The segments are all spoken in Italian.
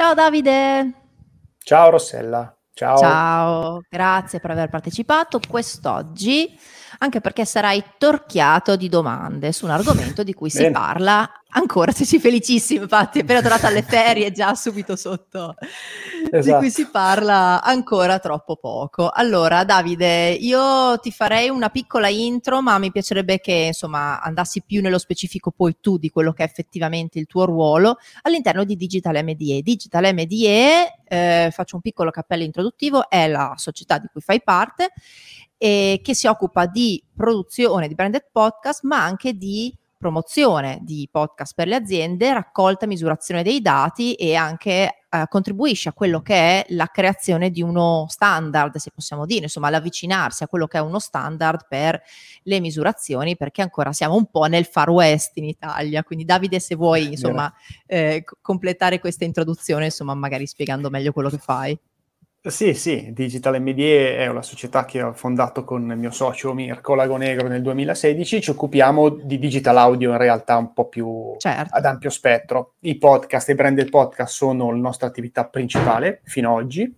Ciao Davide! Ciao Rossella, ciao. Ciao, grazie per aver partecipato quest'oggi, anche perché sarai torchiato di domande su un argomento di cui si Bene. parla ancora, sei felicissimo, infatti, appena tornata alle ferie, già subito sotto, di cui si Esatto. parla ancora troppo poco. Allora, Davide, io ti farei una piccola intro, ma mi piacerebbe che, insomma, andassi più nello specifico poi tu di quello che è effettivamente il tuo ruolo all'interno di Digital MDE. Digital MDE, faccio un piccolo cappello introduttivo, è la società di cui fai parte e che si occupa di produzione di branded podcast, ma anche di promozione di podcast per le aziende, raccolta e misurazione dei dati e anche contribuisce a quello che è la creazione di uno standard, se possiamo dire, insomma l'avvicinarsi a quello che è uno standard per le misurazioni, perché ancora siamo un po' nel Far West in Italia. Quindi Davide, se vuoi insomma completare questa introduzione, insomma magari spiegando meglio quello che fai. Sì, Digital MDE è una società che ho fondato con il mio socio Mirko Lagonegro nel 2016. Ci occupiamo di digital audio in realtà un po' più Certo. ad ampio spettro. I podcast e i branded podcast sono la nostra attività principale fino ad oggi,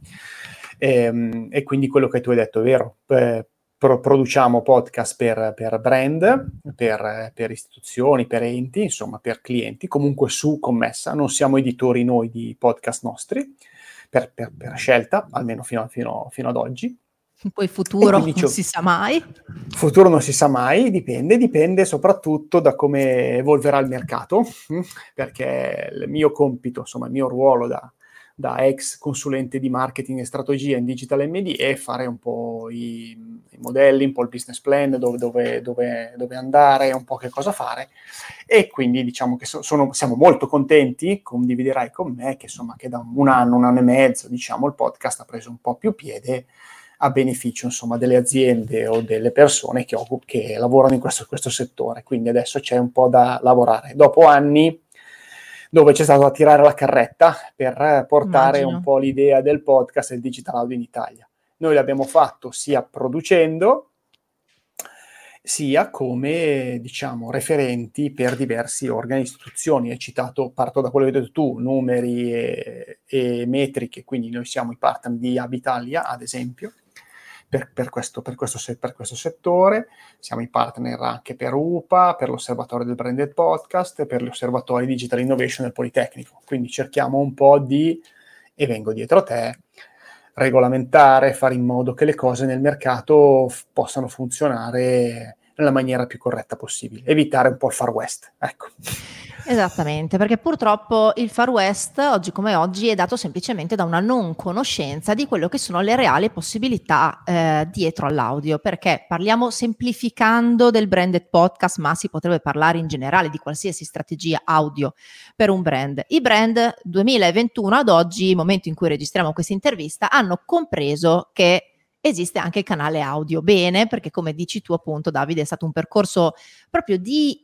e quindi quello che tu hai detto è vero. Produciamo podcast per brand, per istituzioni, per enti, insomma per clienti, comunque su commessa. Non siamo editori noi di podcast nostri, per scelta, almeno fino ad oggi. Poi il E futuro quindi non si sa mai. futuro non si sa mai, dipende soprattutto da come evolverà il mercato, perché il mio compito, insomma il mio ruolo da ex consulente di marketing e strategia in Digital MD è fare un po' i modelli, un po' il business plan, dove andare, un po' che cosa fare. E quindi diciamo che siamo molto contenti, condividerai con me, che insomma che da un anno e mezzo, diciamo, il podcast ha preso un po' più piede a beneficio insomma delle aziende o delle persone che lavorano in questo settore. Quindi adesso c'è un po' da lavorare. Dopo anni dove c'è stato da tirare la carretta per portare un Immagino. po' l'idea del podcast e il digital audio in Italia. Noi l'abbiamo fatto sia producendo, sia come, diciamo, referenti per diversi organi e istituzioni. Hai citato, parto da quello che hai detto tu, numeri e metriche, quindi noi siamo i partner di Abitalia, ad esempio, per questo settore. Siamo i partner anche per UPA, per l'Osservatorio del Branded Podcast e per gli osservatori Digital Innovation del Politecnico. Quindi cerchiamo un po' di, e vengo dietro a te, regolamentare, fare in modo che le cose nel mercato possano funzionare nella maniera più corretta possibile, evitare un po' il Far West, ecco. Esattamente, perché purtroppo il Far West, oggi come oggi, è dato semplicemente da una non conoscenza di quello che sono le reali possibilità dietro all'audio, perché parliamo semplificando del branded podcast, ma si potrebbe parlare in generale di qualsiasi strategia audio per un brand. I brand 2021 ad oggi, momento in cui registriamo questa intervista, hanno compreso che esiste anche il canale audio. Bene, perché come dici tu appunto, Davide, è stato un percorso proprio di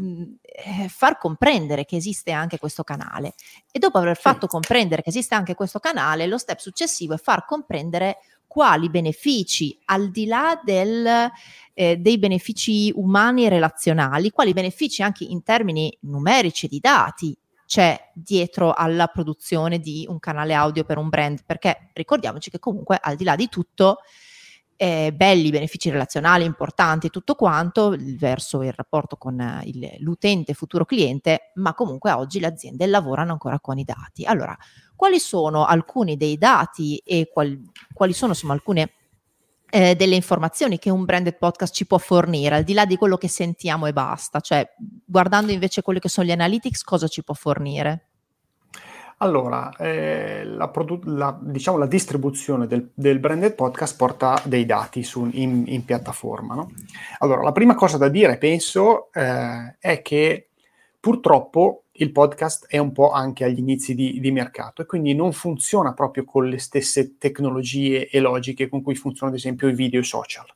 far comprendere che esiste anche questo canale, e dopo aver fatto comprendere che esiste anche questo canale, lo step successivo è far comprendere quali benefici, al di là dei benefici umani e relazionali, quali benefici anche in termini numerici di dati c'è dietro alla produzione di un canale audio per un brand, perché ricordiamoci che comunque al di là di tutto belli benefici relazionali importanti, tutto quanto verso il rapporto con l'utente futuro cliente, ma comunque oggi le aziende lavorano ancora con i dati. Allora, quali sono alcuni dei dati e quali sono insomma alcune delle informazioni che un branded podcast ci può fornire, al di là di quello che sentiamo e basta, cioè guardando invece quelli che sono gli analytics, cosa ci può fornire? Allora, diciamo, la distribuzione del branded podcast porta dei dati in piattaforma, no? Allora, la prima cosa da dire, penso, è che purtroppo il podcast è un po' anche agli inizi di mercato e quindi non funziona proprio con le stesse tecnologie e logiche con cui funzionano, ad esempio, i video e i social.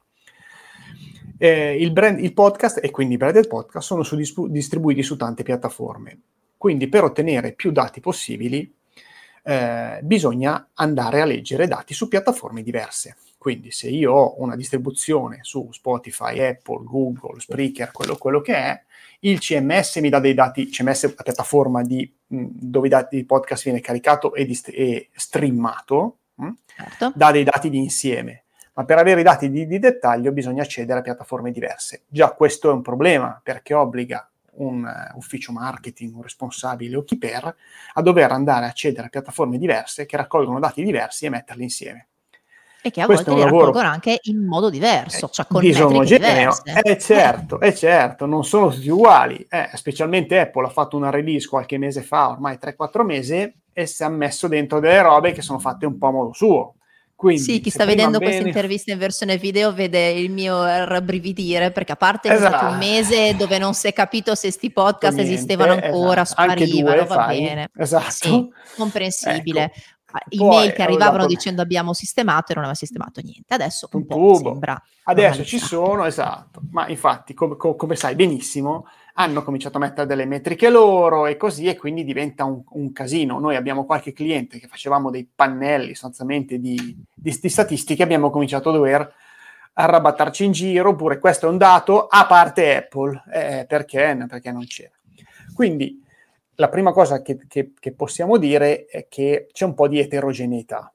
Il podcast e quindi i branded podcast sono distribuiti su tante piattaforme. Quindi per ottenere più dati possibili bisogna andare a leggere dati su piattaforme diverse. Quindi se io ho una distribuzione su Spotify, Apple, Google, Spreaker, quello che è, il CMS mi dà dei dati, CMS è la piattaforma dove i dati di podcast viene caricato e streamato, Certo. dà dei dati di insieme. Ma per avere i dati di dettaglio bisogna accedere a piattaforme diverse. Già questo è un problema, perché obbliga un ufficio marketing, un responsabile o chi per, a dover andare a accedere a piattaforme diverse che raccolgono dati diversi e metterli insieme. E che a Questo volte è li un lavoro raccolgono anche in modo diverso, cioè con metriche disomogeneo. diverse. Certo, non sono tutti uguali. Specialmente Apple ha fatto una release qualche mese fa, ormai 3-4 mesi, e si è messo dentro delle robe che sono fatte un po' a modo suo. Quindi, Sì, chi sta vedendo questa intervista in versione video vede il mio rabbrividire, perché a parte che è stato un mese dove non si è capito se sti podcast esistevano ancora, sparivano, va bene. Esatto. Sì, comprensibile. Ecco. Email che arrivavano dicendo abbiamo sistemato e non aveva sistemato niente. Adesso un po' sembra adesso ci sono, esatto. Ma infatti, come sai benissimo, hanno cominciato a mettere delle metriche loro e così, e quindi diventa un casino. Noi abbiamo qualche cliente che facevamo dei pannelli sostanzialmente di statistiche, abbiamo cominciato a dover arrabattarci in giro, oppure questo è un dato a parte Apple, perché non c'era. Quindi la prima cosa che possiamo dire è che c'è un po' di eterogeneità,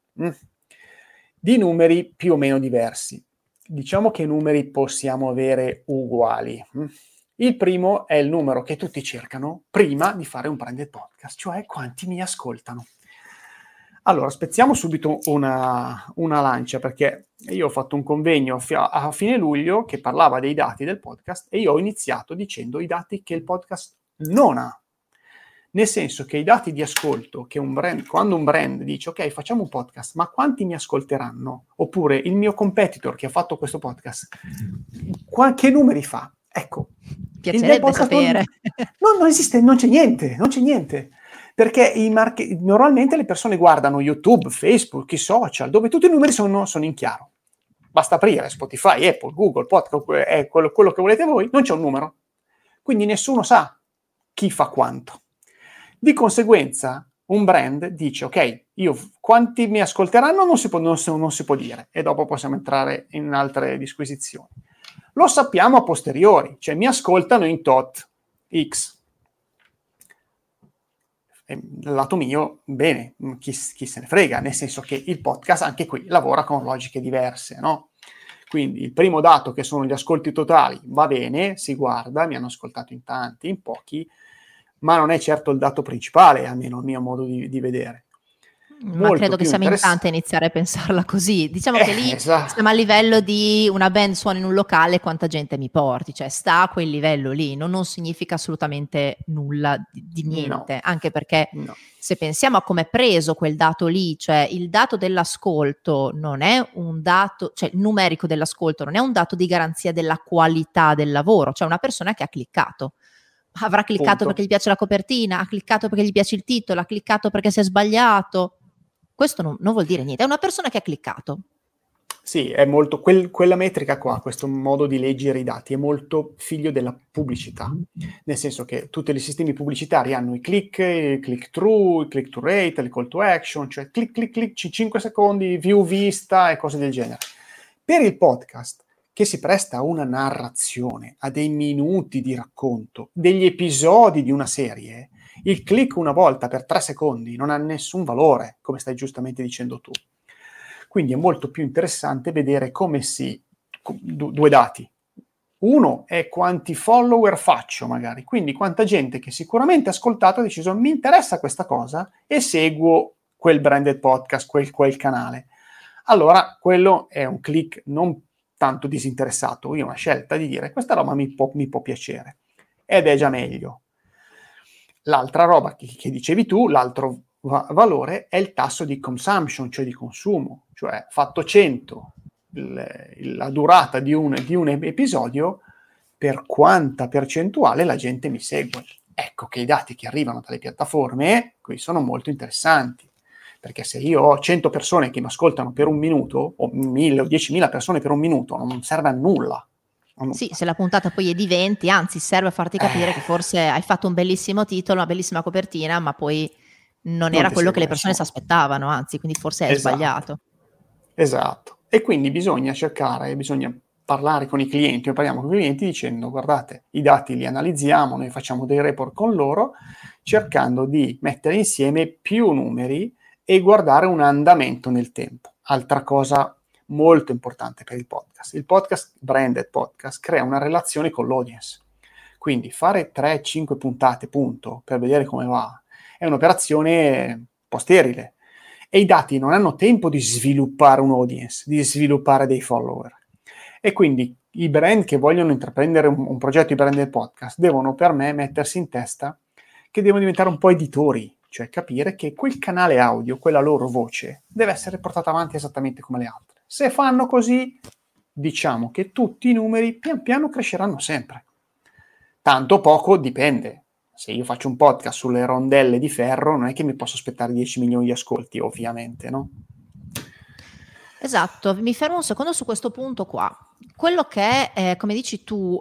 di numeri più o meno diversi. Diciamo che numeri possiamo avere uguali. Il primo è il numero che tutti cercano prima di fare un branded podcast, cioè quanti mi ascoltano. Allora, spezziamo subito una lancia, perché io ho fatto un convegno a fine luglio che parlava dei dati del podcast e io ho iniziato dicendo i dati che il podcast non ha. Nel senso che i dati di ascolto che quando un brand dice ok, facciamo un podcast, ma quanti mi ascolteranno? Oppure il mio competitor che ha fatto questo podcast, che numeri fa? Ecco, piacerebbe sapere. Non esiste, non c'è niente. Perché normalmente le persone guardano YouTube, Facebook, i social, dove tutti i numeri sono in chiaro. Basta aprire Spotify, Apple, Google, Podcast, quello che volete voi, non c'è un numero. Quindi nessuno sa chi fa quanto. Di conseguenza, un brand dice, ok, quanti mi ascolteranno non si può dire, e dopo possiamo entrare in altre disquisizioni. Lo sappiamo a posteriori, cioè mi ascoltano in tot X. E, dal lato mio, bene, chi se ne frega, nel senso che il podcast anche qui lavora con logiche diverse, no? Quindi il primo dato, che sono gli ascolti totali, va bene, si guarda, mi hanno ascoltato in tanti, in pochi, ma non è certo il dato principale, almeno il mio modo di vedere. Ma credo che sia importante iniziare a pensarla così. Diciamo che lì siamo a livello di una band suona in un locale, quanta gente mi porti, cioè sta a quel livello lì, non significa assolutamente nulla di niente, anche perché se pensiamo a come è preso quel dato lì, cioè il dato dell'ascolto non è un dato, cioè il numerico dell'ascolto non è un dato di garanzia della qualità del lavoro, cioè una persona che ha cliccato. Avrà cliccato perché gli piace la copertina, ha cliccato perché gli piace il titolo, ha cliccato perché si è sbagliato. Questo non vuol dire niente, è una persona che ha cliccato. Sì, è molto quella metrica qua, questo modo di leggere i dati è molto figlio della pubblicità, nel senso che tutti i sistemi pubblicitari hanno i click-through, i click-to rate, le call to action, cioè click, 5 secondi, view vista e cose del genere. Per il podcast, che si presta a una narrazione, a dei minuti di racconto, degli episodi di una serie, il click una volta per 3 secondi non ha nessun valore, come stai giustamente dicendo tu. Quindi è molto più interessante vedere come due dati. Uno è quanti follower faccio, magari, quindi quanta gente che sicuramente ha ascoltato ha deciso mi interessa questa cosa e seguo quel branded podcast, quel canale. Allora, quello è un click non tanto disinteressato, io ho una scelta di dire questa roba mi può piacere, ed è già meglio. L'altra roba che dicevi tu, l'altro valore è il tasso di consumption, cioè di consumo, cioè fatto 100 la durata di un episodio, per quanta percentuale la gente mi segue. Ecco che i dati che arrivano dalle piattaforme qui sono molto interessanti, perché se io ho 100 persone che mi ascoltano per un minuto, o 1000 o 10.000 persone per un minuto, non serve a nulla. Sì, se la puntata poi è di 20, anzi serve a farti capire che forse hai fatto un bellissimo titolo, una bellissima copertina, ma poi non era quello che le persone si aspettavano, anzi, quindi forse è sbagliato. Esatto. E quindi bisogna parlare con i clienti, noi parliamo con i clienti dicendo: guardate, i dati li analizziamo, noi facciamo dei report con loro, cercando di mettere insieme più numeri e guardare un andamento nel tempo. Altra cosa molto importante per il podcast branded podcast crea una relazione con l'audience. Quindi fare 3-5 puntate, punto, per vedere come va, è un'operazione un po' sterile. E i dati non hanno tempo di sviluppare un audience, di sviluppare dei follower. E quindi i brand che vogliono intraprendere un progetto di branded podcast devono, per me, mettersi in testa che devono diventare un po' editori, cioè capire che quel canale audio, quella loro voce, deve essere portata avanti esattamente come le altre. Se fanno così, diciamo che tutti i numeri pian piano cresceranno sempre. Tanto poco dipende. Se io faccio un podcast sulle rondelle di ferro, non è che mi posso aspettare 10 milioni di ascolti, ovviamente, no? Esatto, mi fermo un secondo su questo punto qua. Quello che è, come dici tu,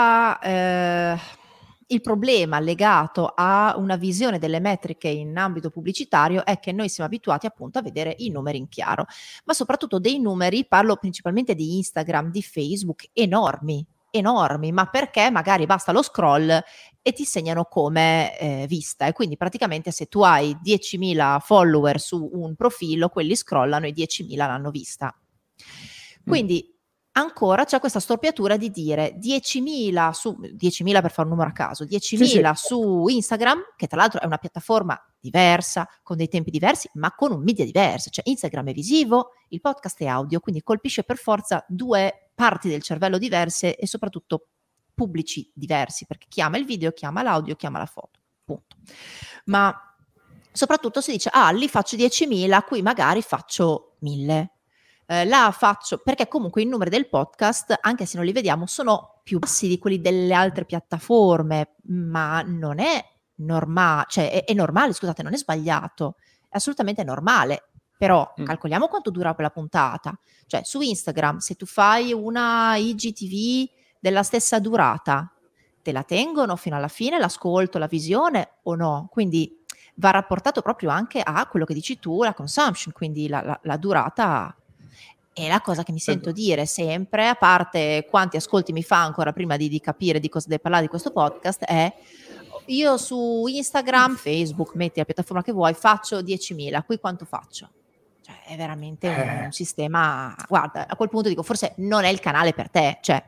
il problema legato a una visione delle metriche in ambito pubblicitario è che noi siamo abituati appunto a vedere i numeri in chiaro, ma soprattutto dei numeri, parlo principalmente di Instagram, di Facebook, enormi, ma perché magari basta lo scroll e ti segnano come vista, e quindi praticamente se tu hai 10.000 follower su un profilo, quelli scrollano e 10.000 l'hanno vista. Quindi ancora c'è questa storpiatura di dire 10.000 per fare un numero a caso, 10.000 su Instagram, che tra l'altro è una piattaforma diversa, con dei tempi diversi, ma con un media diverso, cioè Instagram è visivo, il podcast è audio, quindi colpisce per forza due parti del cervello diverse e soprattutto pubblici diversi, perché chiama il video, chiama l'audio, chiama la foto, punto. Ma soprattutto si dice, lì faccio 10.000, qui magari faccio 1.000. La faccio perché comunque i numeri del podcast, anche se non li vediamo, sono più bassi di quelli delle altre piattaforme, ma non è normale, cioè è normale, scusate, non è sbagliato, è assolutamente normale. Però calcoliamo quanto dura quella puntata. Cioè su Instagram, se tu fai una IGTV della stessa durata, te la tengono fino alla fine, l'ascolto, la visione o no? Quindi va rapportato proprio anche a quello che dici tu, la consumption, quindi la durata. E la cosa che mi sento dire sempre, a parte quanti ascolti mi fa ancora prima di capire di cosa devi parlare di questo podcast, è: io su Instagram, Facebook, metti la piattaforma che vuoi, faccio 10.000, qui quanto faccio? Cioè è veramente un sistema, guarda, a quel punto dico forse non è il canale per te, cioè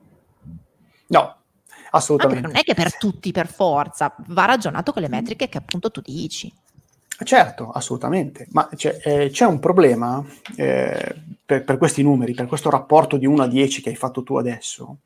no, assolutamente. Anche non è che per tutti per forza, va ragionato con le metriche che appunto tu dici. Certo, assolutamente, ma c'è un problema per questi numeri, per questo rapporto di 1 a 10 che hai fatto tu adesso,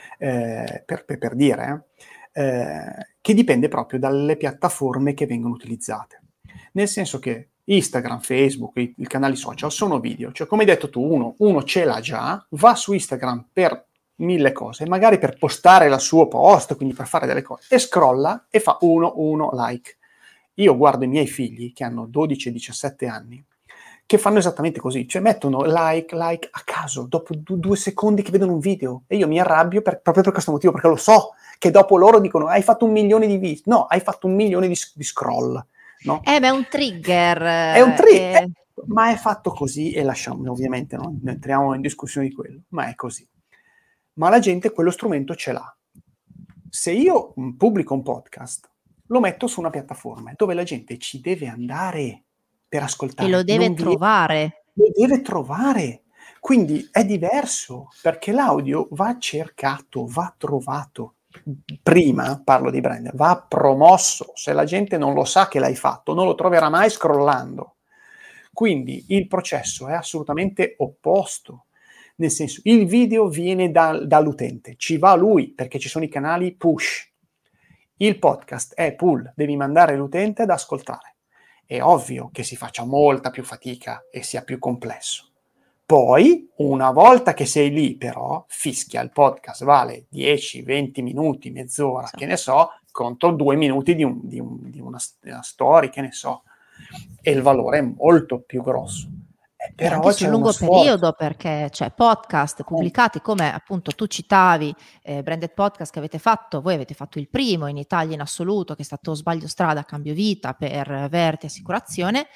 per dire, che dipende proprio dalle piattaforme che vengono utilizzate. Nel senso che Instagram, Facebook, i canali social sono video, cioè come hai detto tu, uno ce l'ha già, va su Instagram per 1000 cose, magari per postare il suo post, quindi per fare delle cose, e scrolla e fa uno like. Io guardo i miei figli che hanno 12 e 17 anni che fanno esattamente così, cioè mettono like a caso dopo 2 secondi che vedono un video, e io mi arrabbio proprio per questo motivo, perché lo so che dopo loro dicono hai fatto 1 milione di viste, no, hai fatto 1 milione di scroll, no? Ma è un trigger. È un trigger, ma è fatto così, e lasciamo, ovviamente non entriamo in discussione di quello, ma è così. Ma la gente quello strumento ce l'ha. Se io pubblico un podcast, lo metto su una piattaforma dove la gente ci deve andare per ascoltare. E lo deve trovare. Lo deve trovare. Quindi è diverso, perché l'audio va cercato, va trovato. Prima, parlo di brand, va promosso. Se la gente non lo sa che l'hai fatto, non lo troverà mai scrollando. Quindi il processo è assolutamente opposto. Nel senso, il video viene dall'utente, ci va lui, perché ci sono i canali push. Il podcast è pull, devi mandare l'utente ad ascoltare. È ovvio che si faccia molta più fatica e sia più complesso. Poi, una volta che sei lì, però, fischia, il podcast vale 10, 20 minuti, mezz'ora, che ne so, contro 2 minuti di una story, che ne so. E il valore è molto più grosso. Però anche sul lungo periodo, perché c'è podcast pubblicati come appunto tu citavi, branded podcast che avete fatto, voi avete fatto il primo in Italia in assoluto, che è stato Sbaglio strada, cambio vita per Verti Assicurazione,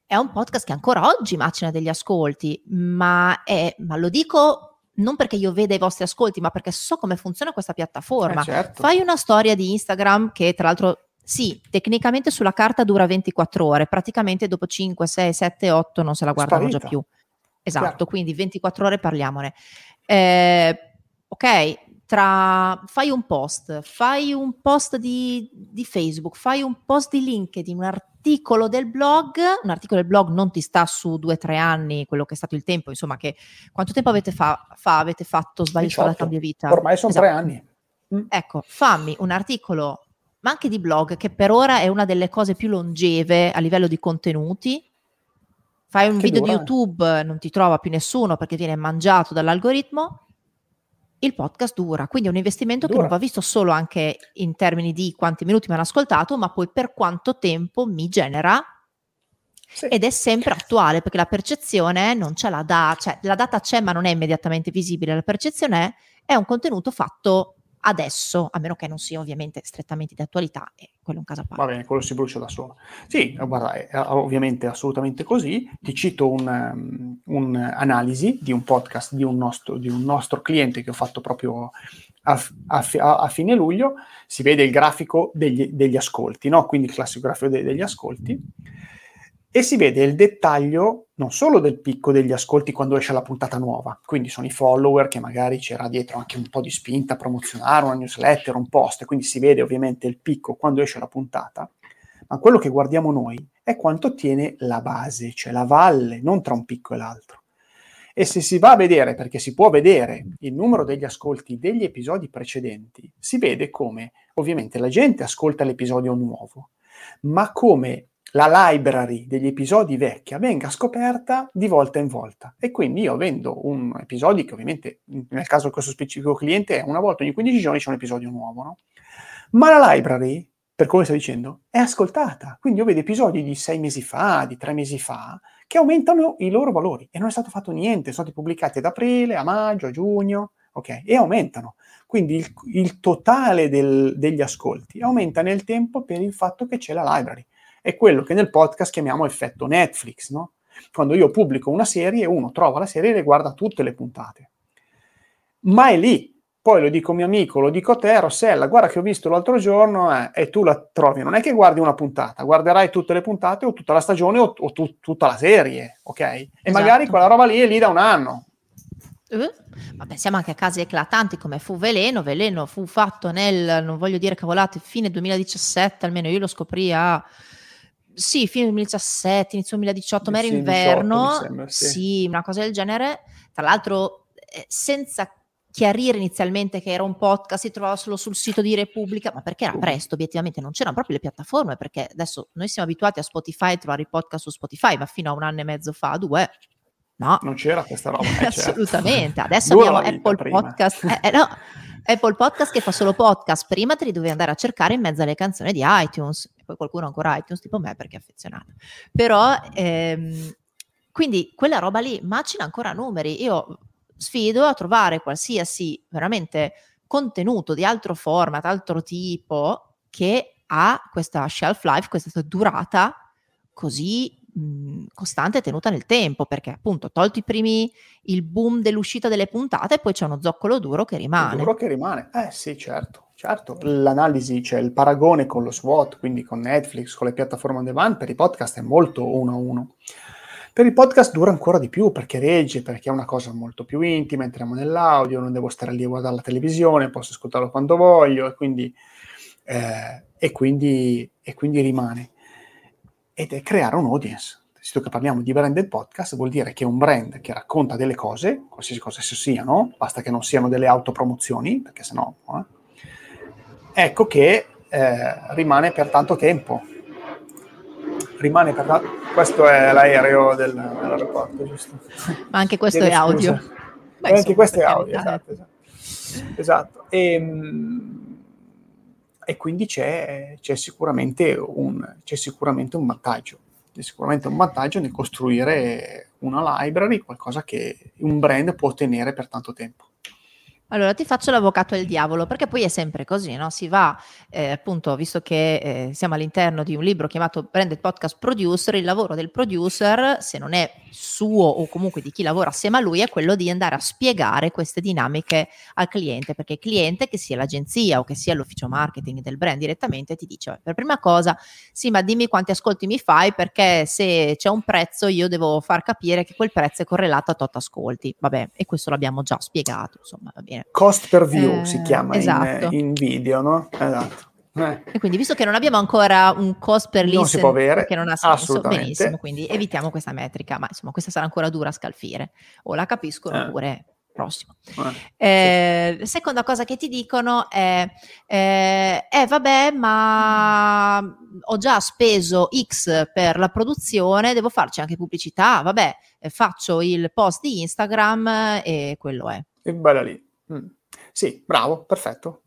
è un podcast che ancora oggi macina degli ascolti, ma lo dico non perché io veda i vostri ascolti, ma perché so come funziona questa piattaforma. Certo. Fai una storia di Instagram che tra l'altro, sì, tecnicamente sulla carta dura 24 ore, praticamente dopo 5, 6, 7, 8 non se la guardano già più. Esatto, chiaro. Quindi 24 ore parliamone. Ok, fai un post di Facebook, fai un post di LinkedIn, un articolo del blog non ti sta su 2-3 anni, quello che è stato il tempo, insomma, che quanto tempo avete fatto Sbagli Scuola Cambia Vita? Ormai sono 3 anni. Ecco, fammi un articolo, ma anche di blog, che per ora è una delle cose più longeve a livello di contenuti. Fai un video di YouTube, non ti trova più nessuno perché viene mangiato dall'algoritmo. Il podcast dura, quindi è un investimento che non va visto solo anche in termini di quanti minuti mi hanno ascoltato, ma poi per quanto tempo mi genera. Sì. Ed è sempre attuale, perché la percezione non c'è la data, cioè la data c'è ma non è immediatamente visibile, la percezione è un contenuto fatto adesso, a meno che non sia ovviamente strettamente di attualità, e quello è un caso a parte. Va bene, quello si brucia da solo. Sì, guarda, è ovviamente assolutamente così. Ti cito un'analisi di un podcast di un nostro cliente che ho fatto proprio a fine luglio. Si vede il grafico degli ascolti, no? Quindi il classico grafico degli ascolti. E si vede il dettaglio non solo del picco degli ascolti quando esce la puntata nuova, quindi sono i follower che magari c'era dietro anche un po' di spinta a promozionare una newsletter, un post, e quindi si vede ovviamente il picco quando esce la puntata, ma quello che guardiamo noi è quanto tiene la base, cioè la valle, non tra un picco e l'altro. E se si va a vedere, perché si può vedere il numero degli ascolti degli episodi precedenti, si vede come ovviamente la gente ascolta l'episodio nuovo, ma come la library degli episodi vecchia venga scoperta di volta in volta. E quindi io avendo un episodio che ovviamente nel caso di questo specifico cliente è una volta ogni 15 giorni c'è un episodio nuovo, no? Ma la library, per come sto dicendo, è ascoltata. Quindi io vedo episodi di 6 mesi fa, di 3 mesi fa, che aumentano i loro valori. E non è stato fatto niente, sono stati pubblicati ad aprile, a maggio, a giugno, ok? E aumentano. Quindi il totale degli ascolti aumenta nel tempo per il fatto che c'è la library. È quello che nel podcast chiamiamo effetto Netflix, no? Quando io pubblico una serie, uno trova la serie e le guarda tutte le puntate. Ma è lì. Poi lo dico a mio amico, lo dico a te, Rossella, guarda che ho visto l'altro giorno, e tu la trovi. Non è che guardi una puntata, guarderai tutte le puntate o tutta la stagione o tutta la serie, ok? E esatto. Magari quella roba lì è lì da un anno. Ma pensiamo anche a casi eclatanti come fu Veleno. Veleno fu fatto non voglio dire cavolate, fine 2017, almeno io lo scoprì fine 2017, inizio 2018, ma era inverno, 18, sembra, sì, una cosa del genere. Tra l'altro, senza chiarire inizialmente che era un podcast, si trovava solo sul sito di Repubblica, ma perché era presto, obiettivamente non c'erano proprio le piattaforme, perché adesso noi siamo abituati a Spotify, a trovare i podcast su Spotify, ma fino a 1 anno e mezzo fa, 2, no. Non c'era questa roba. Assolutamente. Certo. Adesso abbiamo Apple Podcast. No, Apple Podcast che fa solo podcast. Prima te li dovevi andare a cercare in mezzo alle canzoni di iTunes. E poi qualcuno ancora iTunes, tipo me, perché è affezionato. Però, quindi quella roba lì macina ancora numeri. Io sfido a trovare qualsiasi veramente contenuto di altro format, altro tipo, che ha questa shelf life, questa durata così costante e tenuta nel tempo, perché appunto tolti il boom dell'uscita delle puntate, poi c'è uno zoccolo duro che rimane. Sì, certo. L'analisi, cioè il paragone con lo SWOT, quindi con Netflix, con le piattaforme on demand, per i podcast è molto 1-1. Per il podcast dura ancora di più, perché regge, perché è una cosa molto più intima, entriamo nell'audio, non devo stare lì a guardare la televisione, posso ascoltarlo quando voglio, e quindi rimane. Ed è creare un audience. Visto che parliamo di branded podcast, vuol dire che è un brand che racconta delle cose, qualsiasi cosa esso siano, basta che non siano delle autopromozioni, perché sennò ecco che rimane per tanto tempo. Questo è l'aereo dell'aeroporto, giusto? Ma anche questo è audio. Beh, anche questo è audio, esatto. E quindi c'è sicuramente un vantaggio. È sicuramente un vantaggio nel costruire una library, qualcosa che un brand può tenere per tanto tempo. Allora ti faccio l'avvocato del diavolo, perché poi è sempre così, no? Si va, appunto, visto che siamo all'interno di un libro chiamato Branded Podcast Producer, il lavoro del producer, se non è suo o comunque di chi lavora assieme a lui, è quello di andare a spiegare queste dinamiche al cliente, perché il cliente, che sia l'agenzia o che sia l'ufficio marketing del brand direttamente, ti dice, per prima cosa, sì, ma dimmi quanti ascolti mi fai, perché se c'è un prezzo io devo far capire che quel prezzo è correlato a tot ascolti. Vabbè, e questo l'abbiamo già spiegato, insomma, va bene. Cost per view si chiama Esatto. in video, no? Esatto. E quindi visto che non abbiamo ancora un cost per Non si listen, può avere, perché non ha senso, benissimo, assolutamente. quindi evitiamo questa metrica, ma insomma questa sarà ancora dura a scalfire, o la capiscono oppure prossimo. Sì. Seconda cosa che ti dicono è vabbè, ma ho già speso X per la produzione, devo farci anche pubblicità, vabbè, faccio il post di Instagram e quello è. E bella lì. Sì, bravo, perfetto.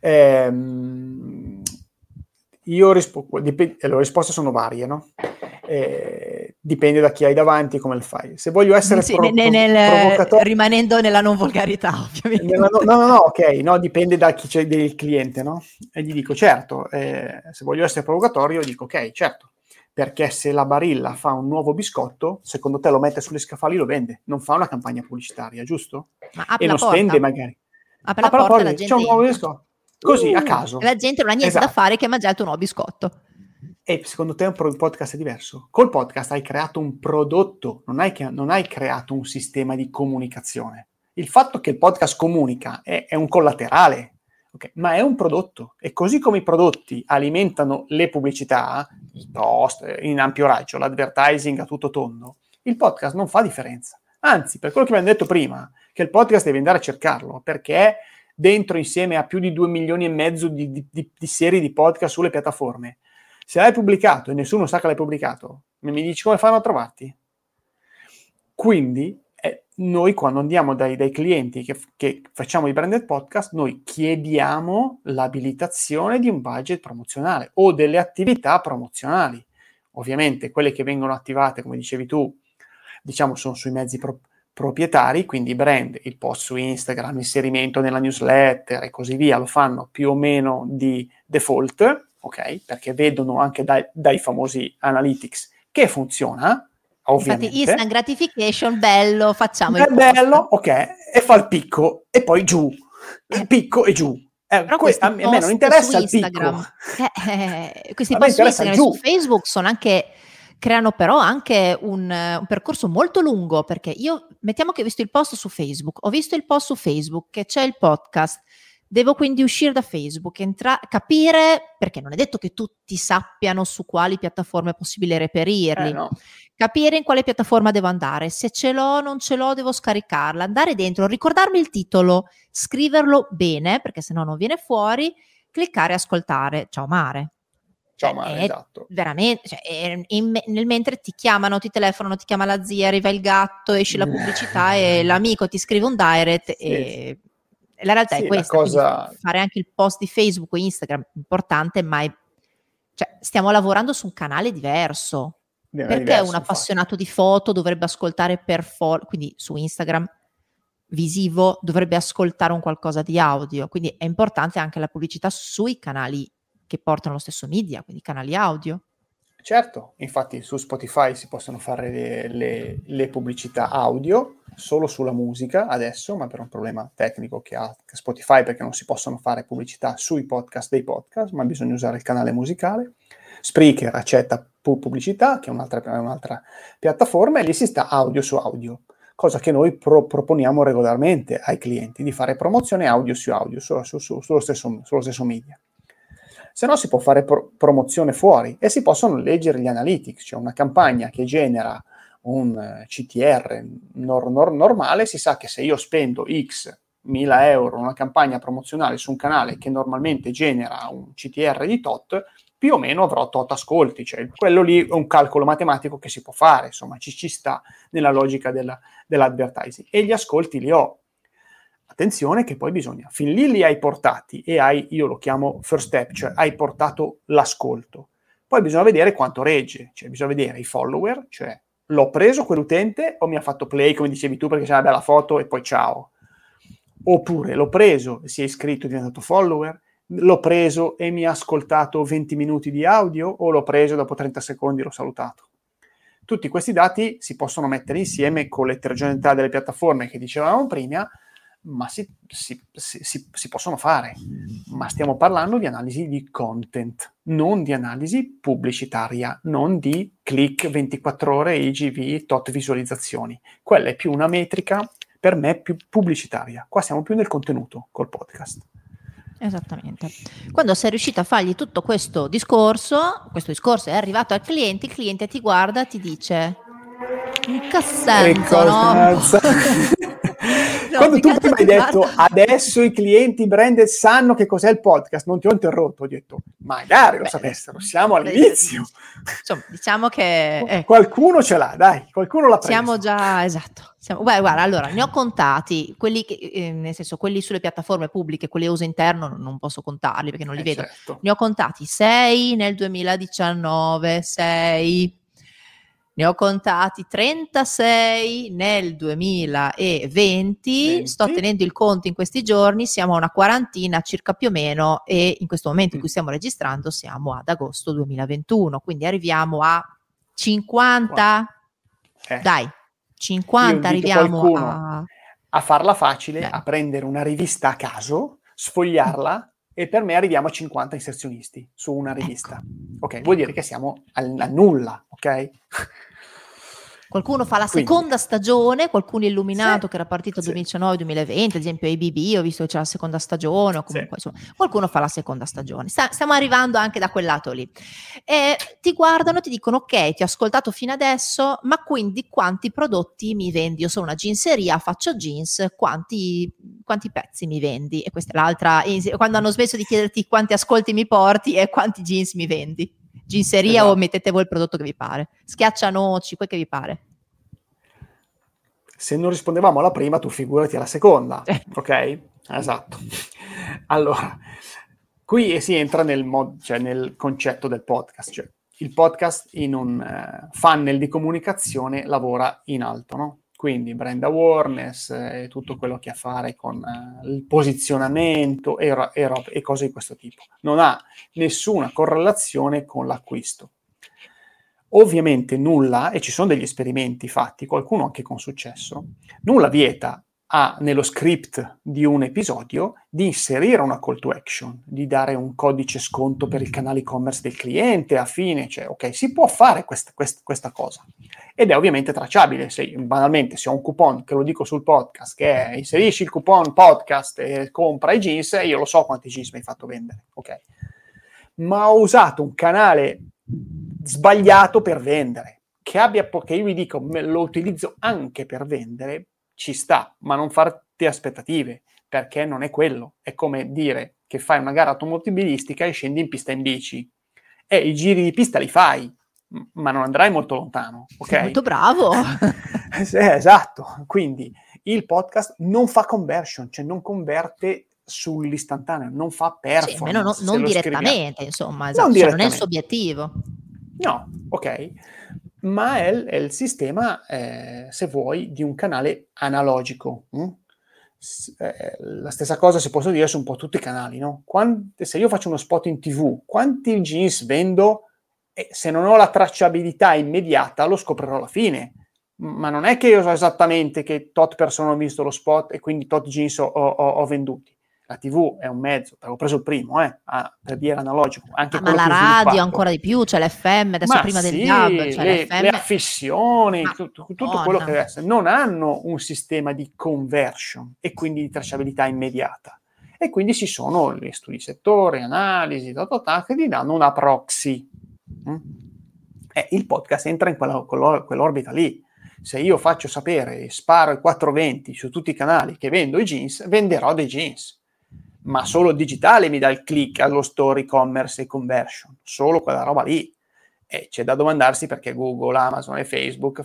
Io le risposte sono varie, no? Dipende da chi hai davanti e come le fai. Se voglio essere Sì, provocatorio, rimanendo nella non volgarità, ovviamente. no, ok, no, dipende da chi c'è del cliente, no? E gli dico, certo, se voglio essere provocatorio, dico, ok, certo, perché se la Barilla fa un nuovo biscotto, secondo te lo mette sugli scaffali, lo vende, non fa una campagna pubblicitaria, giusto? Ma apre E la non porta. spende magari. Apre la porta e la gente c'è un nuovo entra. biscotto. Così, a caso. E la gente non ha niente da Esatto. fare che mangiare il tuo nuovo biscotto. E secondo te un podcast è diverso? Col podcast hai creato un prodotto, non hai creato un sistema di comunicazione. Il fatto che il podcast comunica è un collaterale, okay? Ma è un prodotto. E così come i prodotti alimentano le pubblicità, i post, in ampio raggio, l'advertising a tutto tondo, il podcast non fa differenza. Anzi, per quello che abbiamo detto prima, che il podcast devi andare a cercarlo, perché è dentro insieme a più di 2 milioni e mezzo di serie di podcast sulle piattaforme. Se l'hai pubblicato e nessuno sa che l'hai pubblicato, mi dici come fanno a trovarti? Quindi noi quando andiamo dai clienti che facciamo i branded podcast, noi chiediamo l'abilitazione di un budget promozionale o delle attività promozionali. Ovviamente quelle che vengono attivate, come dicevi tu, diciamo sono sui mezzi proprietari, quindi i brand, il post su Instagram, l'inserimento nella newsletter e così via, lo fanno più o meno di default, ok? Perché vedono anche dai famosi analytics che funziona, ovviamente. Infatti instant gratification, bello, facciamo il post. Bello, ok, e fa il picco e poi giù, picco e giù. Però A me non interessa il picco. Questi post su Instagram e su Facebook sono anche, creano però anche un percorso molto lungo, perché io, mettiamo che ho visto il post su Facebook, ho visto il post su Facebook, che c'è il podcast, devo quindi uscire da Facebook, capire, perché non è detto che tutti sappiano su quali piattaforme è possibile reperirli, No. Capire in quale piattaforma devo andare, se ce l'ho, non ce l'ho, devo scaricarla, andare dentro, ricordarmi il titolo, scriverlo bene, perché sennò non viene fuori, cliccare e ascoltare. Ciao Mare. Ciao Mare, esatto. Veramente, nel mentre ti chiamano, ti telefonano, ti chiama la zia, arriva il gatto, esce la pubblicità e l'amico ti scrive un direct e la realtà è questa, fare anche il post di Facebook o Instagram importante, ma stiamo lavorando su un canale diverso. Perché un appassionato di foto dovrebbe ascoltare quindi su Instagram visivo dovrebbe ascoltare un qualcosa di audio, quindi è importante anche la pubblicità sui canali che portano lo stesso media, quindi canali audio. Certo, infatti su Spotify si possono fare le pubblicità audio solo sulla musica adesso, ma per un problema tecnico che ha Spotify, perché non si possono fare pubblicità sui podcast dei podcast, ma bisogna usare il canale musicale. Spreaker accetta pubblicità, che è un'altra piattaforma, e lì si sta audio su audio, cosa che noi proponiamo regolarmente ai clienti, di fare promozione audio su audio, sullo stesso media. Se no si può fare promozione fuori e si possono leggere gli analytics, cioè una campagna che genera un CTR normale, si sa che se io spendo X 1000 euro una campagna promozionale su un canale che normalmente genera un CTR di tot, più o meno avrò tot ascolti, cioè quello lì è un calcolo matematico che si può fare, insomma ci sta nella logica dell'advertising, e gli ascolti li ho. Attenzione che poi bisogna, fin lì li hai portati e io lo chiamo first step, cioè hai portato l'ascolto. Poi bisogna vedere quanto regge, cioè bisogna vedere i follower, cioè l'ho preso quell'utente o mi ha fatto play, come dicevi tu, perché c'è una bella foto e poi ciao. Oppure l'ho preso e si è iscritto e è diventato follower, l'ho preso e mi ha ascoltato 20 minuti di audio, o l'ho preso e dopo 30 secondi l'ho salutato. Tutti questi dati si possono mettere insieme con l'eterogeneità delle piattaforme che dicevamo prima, ma si possono fare. Ma stiamo parlando di analisi di content, non di analisi pubblicitaria, non di click 24 ore, IGV, tot visualizzazioni. Quella è più una metrica, per me, più pubblicitaria. Qua siamo più nel contenuto col podcast. Esattamente. Quando sei riuscito a fargli tutto questo discorso è arrivato al cliente, il cliente ti guarda e ti dice: in che senso, no? Quando tu prima hai detto adesso i clienti branded sanno che cos'è il podcast, non ti ho interrotto, ho detto magari lo sapessero, siamo all'inizio. Insomma, diciamo che qualcuno ce l'ha, dai, qualcuno l'ha preso. Siamo già, esatto. Guarda, allora, ne ho contati, quelli che, nel senso, quelli sulle piattaforme pubbliche, quelli a uso interno non posso contarli perché non li vedo. Certo. Ne ho contati 6 nel 2019, 6. Ne ho contati 36 nel 2020, sto tenendo il conto in questi giorni, siamo a una quarantina circa più o meno, e in questo momento in cui stiamo registrando siamo ad agosto 2021, quindi arriviamo a 50, dai, 50 arriviamo a farla facile, a prendere una rivista a caso, sfogliarla, e per me arriviamo a 50 inserzionisti su una rivista. Ok, vuol dire che siamo a nulla, ok? Qualcuno fa la seconda stagione, qualcuno illuminato che era partito 2019-2020, ad esempio ABB, ho visto che c'è la seconda stagione, o comunque insomma, qualcuno fa la seconda stagione. Stiamo arrivando anche da quel lato lì. E ti guardano, ti dicono: ok, ti ho ascoltato fino adesso, ma quindi quanti prodotti mi vendi? Io sono una jeanseria, faccio jeans, quanti pezzi mi vendi? E questa è l'altra, quando hanno smesso di chiederti quanti ascolti mi porti e quanti jeans mi vendi. Jeanseria, esatto. O mettete voi il prodotto che vi pare, schiaccianoci, quel che vi pare. Se non rispondevamo alla prima, tu figurati alla seconda, ok? Esatto. Allora, qui si entra nel concetto del podcast. Cioè, il podcast in un funnel di comunicazione lavora in alto, no? Quindi brand awareness e tutto quello che ha a fare con il posizionamento e cose di questo tipo. Non ha nessuna correlazione con l'acquisto. Ovviamente nulla, e ci sono degli esperimenti fatti, qualcuno anche con successo, nulla vieta nello script di un episodio di inserire una call to action, di dare un codice sconto per il canale e-commerce del cliente a fine, cioè ok, si può fare questa cosa. Ed è ovviamente tracciabile. Banalmente, se ho un coupon, che lo dico sul podcast, che è inserisci il coupon podcast e compra i jeans, io lo so quanti jeans mi hai fatto vendere, ok? Ma ho usato un canale sbagliato per vendere, che io vi dico, lo utilizzo anche per vendere, ci sta, ma non farti aspettative, perché non è quello. È come dire che fai una gara automobilistica e scendi in pista in bici, e i giri di pista li fai, ma non andrai molto lontano, ok? Sei molto bravo! Esatto, quindi il podcast non fa conversion, cioè non converte sull'istantaneo, non fa performance. Sì, non direttamente, insomma, esatto, non è il suo obiettivo. No, ok, ma è il sistema, se vuoi, di un canale analogico. La stessa cosa si può dire su un po' tutti i canali, no? Se io faccio uno spot in TV, quanti jeans vendo? E se non ho la tracciabilità immediata, lo scoprirò alla fine. Ma non è che io so esattamente che tot persone hanno visto lo spot e quindi tot jeans ho venduti. La TV è un mezzo, avevo preso il primo, per dire analogico. Anche ma la radio ancora di più, c'è l'FM, adesso prima del DAB, c'è l'FM. Le affissioni, tutto quello che deve essere. Non hanno un sistema di conversion e quindi di tracciabilità immediata. E quindi ci sono gli studi di settore, analisi, che ti danno una proxy. E il podcast entra in quell'orbita lì. Se io faccio sapere, sparo i 420 su tutti i canali che vendo i jeans, venderò dei jeans. Ma solo il digitale mi dà il click allo store, e-commerce e conversion, solo quella roba lì. E c'è da domandarsi perché Google, Amazon e Facebook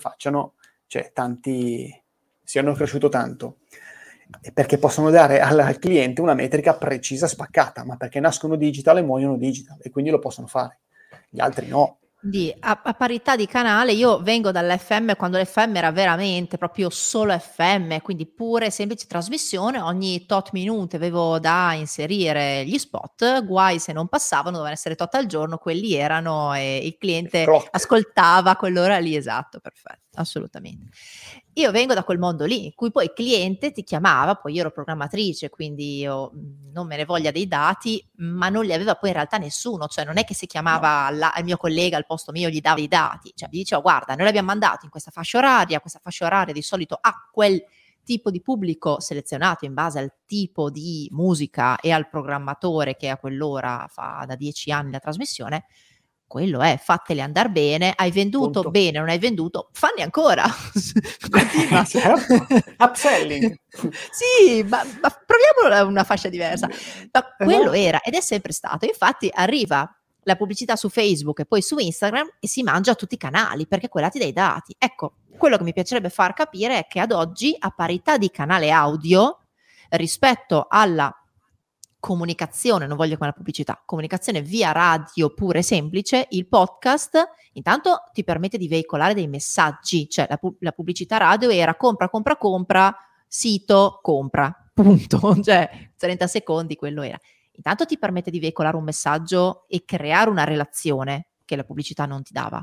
siano cresciuto tanto. E perché possono dare al cliente una metrica precisa, spaccata, ma perché nascono digital e muoiono digital, e quindi lo possono fare. Gli altri no. A parità di canale, io vengo dall'FM quando l'FM era veramente proprio solo FM, quindi pure semplice trasmissione, ogni tot minuti avevo da inserire gli spot, guai se non passavano, dovevano essere tot al giorno, quelli erano e il cliente Clock. ascoltava quell'ora lì, esatto, perfetto, assolutamente. Io vengo da quel mondo lì, in cui poi il cliente ti chiamava, poi io ero programmatrice, quindi io non me ne voglia dei dati, ma non li aveva poi in realtà nessuno, cioè non è che si chiamava al mio collega al posto mio, gli dava i dati, cioè gli diceva guarda, noi l'abbiamo mandato in questa fascia oraria di solito ha quel tipo di pubblico selezionato in base al tipo di musica e al programmatore che a quell'ora fa da 10 anni la trasmissione, quello è, fatele andar bene, hai venduto Punto. bene, non hai venduto, fanne ancora. Continua. Certo. Upselling. Sì, ma proviamo una fascia diversa. Ma quello Esatto. era ed è sempre stato. Infatti arriva la pubblicità su Facebook e poi su Instagram e si mangia tutti i canali perché quella ti dà i dati. Ecco, quello che mi piacerebbe far capire è che ad oggi, a parità di canale audio, rispetto alla comunicazione, non voglio come la pubblicità, comunicazione via radio pure semplice, il podcast intanto ti permette di veicolare dei messaggi, cioè la pubblicità radio era compra, sito, compra, punto, cioè 30 secondi quello era. Intanto ti permette di veicolare un messaggio e creare una relazione che la pubblicità non ti dava.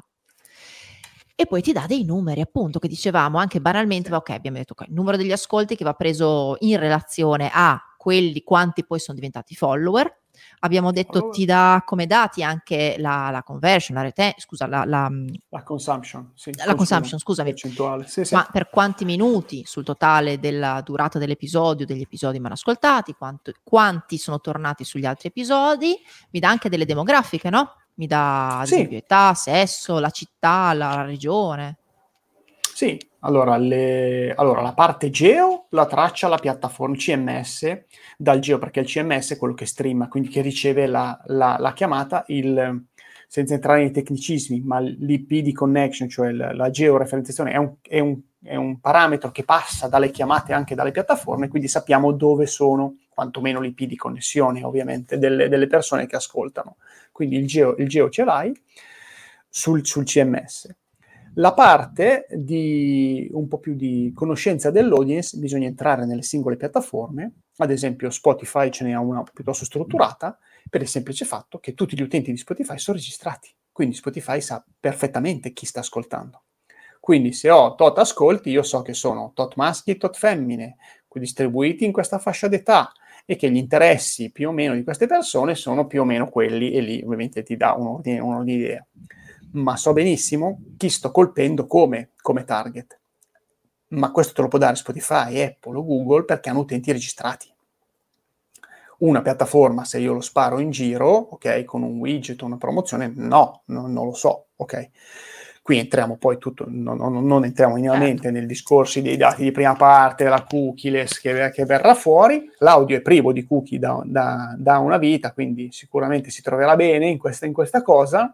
E poi ti dà dei numeri, appunto, che dicevamo anche banalmente, ok, abbiamo detto il numero degli ascolti che va preso in relazione a quelli quanti poi sono diventati follower. Abbiamo detto ti dà come dati anche la conversion, la consumption, sì, la consumption, scusami, percentuale. Sì, sì. ma per quanti minuti sul totale della durata dell'episodio, degli episodi mai ascoltati, quanti sono tornati sugli altri episodi, mi dà anche delle demografiche, no? Mi dà ad esempio età, sesso, la città, la regione. Sì, allora la parte geo la traccia la piattaforma CMS dal geo, perché il CMS è quello che streama, quindi che riceve la chiamata, senza entrare nei tecnicismi, ma l'IP di connection, cioè la georeferenziazione, è un parametro che passa dalle chiamate anche dalle piattaforme, quindi sappiamo dove sono, quantomeno l'IP di connessione, ovviamente, delle persone che ascoltano. Quindi il geo ce l'hai sul CMS. La parte di un po' più di conoscenza dell'audience, bisogna entrare nelle singole piattaforme, ad esempio Spotify ce n'è una piuttosto strutturata, per il semplice fatto che tutti gli utenti di Spotify sono registrati, quindi Spotify sa perfettamente chi sta ascoltando. Quindi se ho tot ascolti, io so che sono tot maschi e tot femmine, distribuiti in questa fascia d'età, e che gli interessi più o meno di queste persone sono più o meno quelli, e lì ovviamente ti dà un'idea. Ma so benissimo chi sto colpendo come target. Ma questo te lo può dare Spotify, Apple o Google perché hanno utenti registrati. Una piattaforma, se io lo sparo in giro, ok, con un widget o una promozione, no, non lo so, ok. Qui entriamo poi non entriamo minimamente nel discorso dei dati di prima parte, della cookieless che verrà fuori. L'audio è privo di cookie da una vita, quindi sicuramente si troverà bene in questa cosa,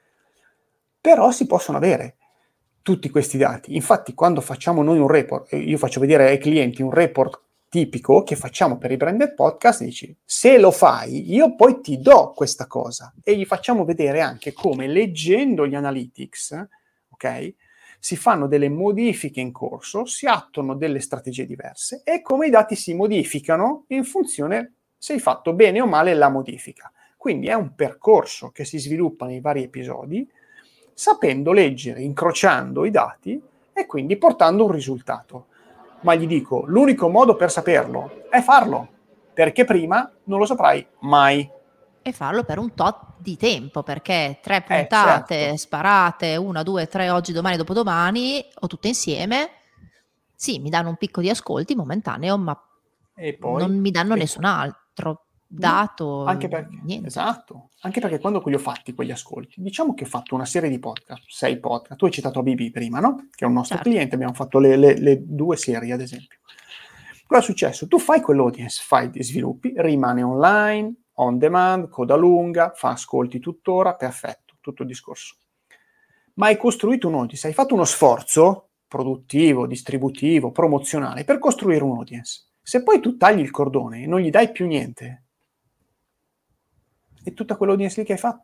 però si possono avere tutti questi dati. Infatti quando facciamo noi un report, io faccio vedere ai clienti un report tipico che facciamo per i branded podcast, dici, se lo fai, io poi ti do questa cosa, e gli facciamo vedere anche come, leggendo gli analytics, ok, si fanno delle modifiche in corso, si attuano delle strategie diverse, e come i dati si modificano in funzione se hai fatto bene o male la modifica. Quindi è un percorso che si sviluppa nei vari episodi, sapendo leggere, incrociando i dati e quindi portando un risultato. Ma gli dico, l'unico modo per saperlo è farlo, perché prima non lo saprai mai. E farlo per un tot di tempo, perché 3 puntate Certo. sparate, 1, 2, 3 oggi, domani, dopodomani, o tutte insieme, sì, mi danno un picco di ascolti momentaneo, ma E poi, non mi danno nessun altro dato, no, anche perché, niente. esatto, anche perché quando li ho fatti quegli ascolti, diciamo che ho fatto una serie di podcast, 6 podcast, tu hai citato ABB prima, no? Che è un nostro cliente, abbiamo fatto le 2 serie, ad esempio. Cosa è successo? Tu fai quell'audience, fai dei sviluppi, rimane online, on demand, coda lunga, fa ascolti tuttora, perfetto, tutto il discorso. Ma hai costruito un audience, hai fatto uno sforzo produttivo, distributivo, promozionale per costruire un audience. Se poi tu tagli il cordone e non gli dai più niente, e tutta quell'audience lì che hai fatto,